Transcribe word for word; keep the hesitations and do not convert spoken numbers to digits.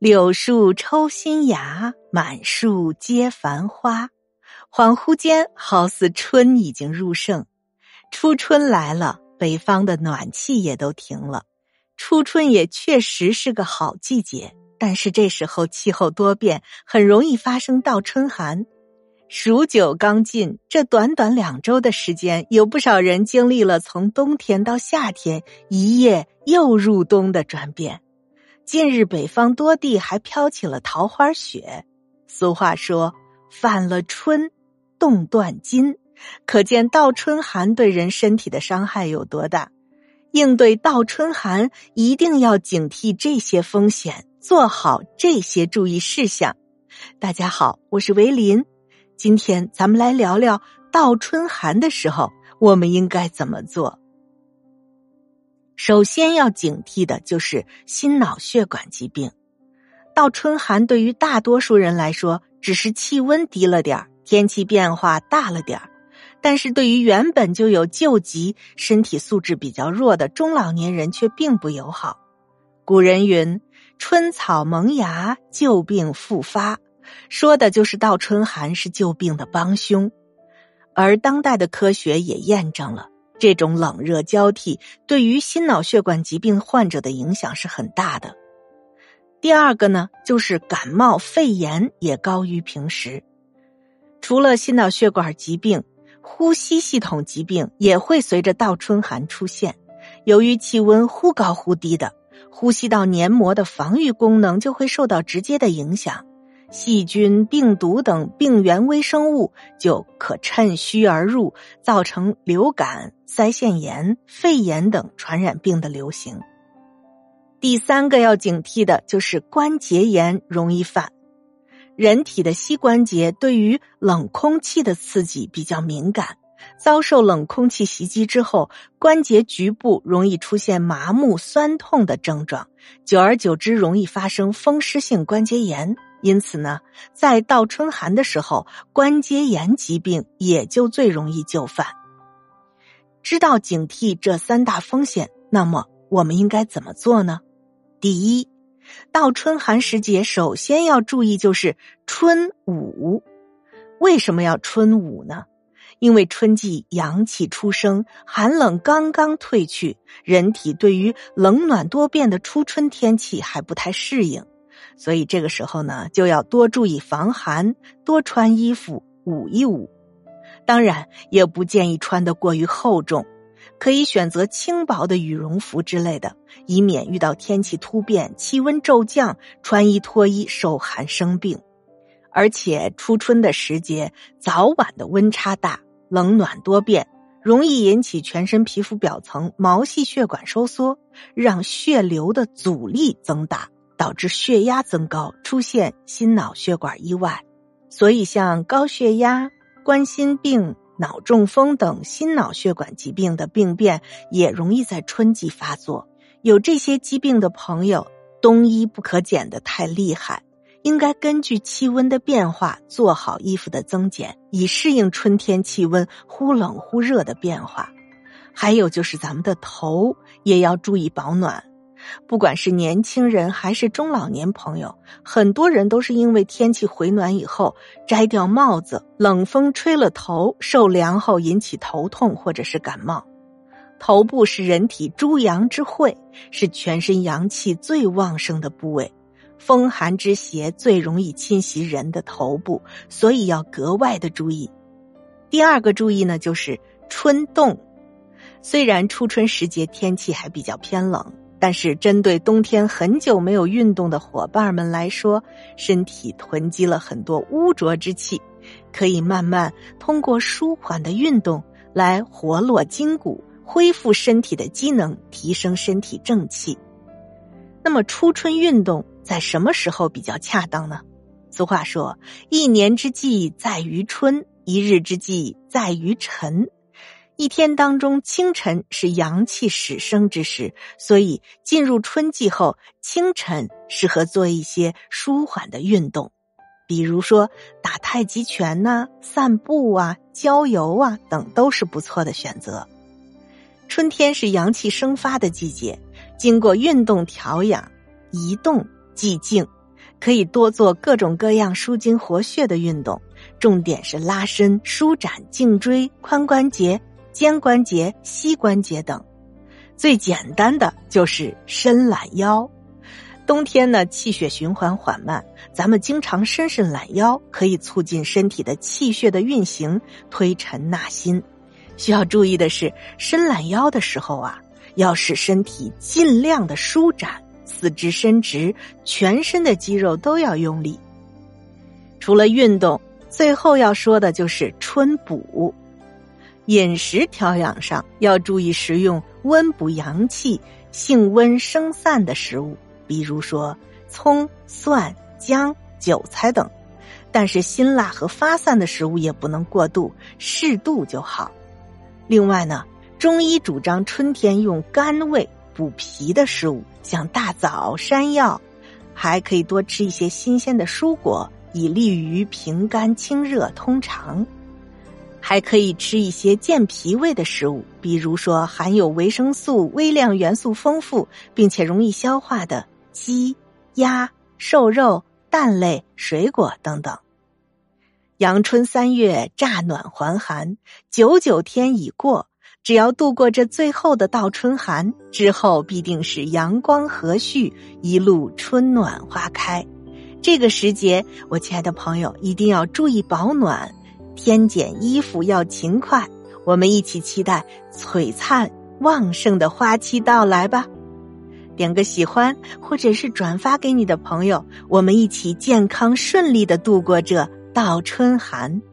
柳树抽新芽，满树皆繁花。恍惚间，好似春已经入盛。初春来了，北方的暖气也都停了。初春也确实是个好季节，但是这时候气候多变，很容易发生倒春寒。数九刚进，这短短两周的时间，有不少人经历了从冬天到夏天，一夜又入冬的转变。近日北方多地还飘起了桃花雪。俗话说，反了春，冻断筋，可见倒春寒对人身体的伤害有多大。应对倒春寒，一定要警惕这些风险，做好这些注意事项。大家好，我是维林。今天咱们来聊聊倒春寒的时候，我们应该怎么做。首先要警惕的就是心脑血管疾病。倒春寒对于大多数人来说，只是气温低了点儿，天气变化大了点儿。但是对于原本就有旧疾、身体素质比较弱的中老年人却并不友好。古人云，春草萌芽，旧病复发，说的就是倒春寒是旧病的帮凶。而当代的科学也验证了，这种冷热交替对于心脑血管疾病患者的影响是很大的。第二个呢，就是感冒肺炎也高于平时。除了心脑血管疾病，呼吸系统疾病也会随着倒春寒出现。由于气温忽高忽低的，呼吸道黏膜的防御功能就会受到直接的影响，细菌、病毒等病原微生物就可趁虚而入，造成流感、腮腺炎、肺炎等传染病的流行。第三个要警惕的就是关节炎容易犯。人体的膝关节对于冷空气的刺激比较敏感，遭受冷空气袭击之后，关节局部容易出现麻木、酸痛的症状，久而久之容易发生风湿性关节炎。因此呢，在倒春寒的时候，关节炎疾病也就最容易就犯。知道警惕这三大风险，那么我们应该怎么做呢？第一，倒春寒时节首先要注意就是春捂。为什么要春捂呢？因为春季阳气初生，寒冷刚刚退去，人体对于冷暖多变的初春天气还不太适应，所以这个时候呢，就要多注意防寒，多穿衣服，捂一捂。当然也不建议穿得过于厚重，可以选择轻薄的羽绒服之类的，以免遇到天气突变、气温骤降，穿衣脱衣受寒生病。而且初春的时节，早晚的温差大，冷暖多变，容易引起全身皮肤表层毛细血管收缩，让血流的阻力增大，导致血压增高，出现心脑血管意外。所以像高血压、冠心病、脑中风等心脑血管疾病的病变也容易在春季发作。有这些疾病的朋友，冬衣不可减得太厉害，应该根据气温的变化做好衣服的增减，以适应春天气温忽冷忽热的变化。还有就是咱们的头也要注意保暖。不管是年轻人还是中老年朋友，很多人都是因为天气回暖以后摘掉帽子，冷风吹了头，受凉后引起头痛或者是感冒。头部是人体诸阳之会，是全身阳气最旺盛的部位，风寒之邪最容易侵袭人的头部，所以要格外的注意。第二个注意呢，就是春冻。虽然初春时节天气还比较偏冷，但是针对冬天很久没有运动的伙伴们来说，身体囤积了很多污浊之气，可以慢慢通过舒缓的运动来活络筋骨，恢复身体的机能，提升身体正气。那么初春运动在什么时候比较恰当呢？俗话说，一年之计在于春，一日之计在于晨。一天当中，清晨是阳气始生之时，所以进入春季后，清晨适合做一些舒缓的运动，比如说打太极拳啊、散步啊、郊游啊等都是不错的选择。春天是阳气生发的季节，经过运动调养、移动、寂静， 可以多做各种各样舒筋活血的运动，重点是拉伸、舒展颈椎、髋关节、肩关节、膝关节等。最简单的就是伸懒腰。冬天呢，气血循环缓慢，咱们经常伸伸懒腰，可以促进身体的气血的运行，推陈纳新。需要注意的是，伸懒腰的时候啊，要使身体尽量的舒展，四肢伸直，全身的肌肉都要用力。除了运动，最后要说的就是春补。饮食调养上要注意食用温补阳气、性温生散的食物，比如说葱、蒜、姜、韭菜等，但是辛辣和发散的食物也不能过度，适度就好。另外呢，中医主张春天用甘味补脾的食物，像大枣、山药，还可以多吃一些新鲜的蔬果，以利于平肝清热通肠。还可以吃一些健脾胃的食物，比如说含有维生素、微量元素丰富并且容易消化的鸡、鸭、瘦肉、蛋类、水果等等。阳春三月，乍暖还寒，九九天已过，只要度过这最后的倒春寒，之后必定是阳光和煦，一路春暖花开。这个时节，我亲爱的朋友一定要注意保暖，添减衣服要勤快，我们一起期待璀璨旺盛的花期到来吧。点个喜欢，或者是转发给你的朋友，我们一起健康顺利地度过这倒春寒。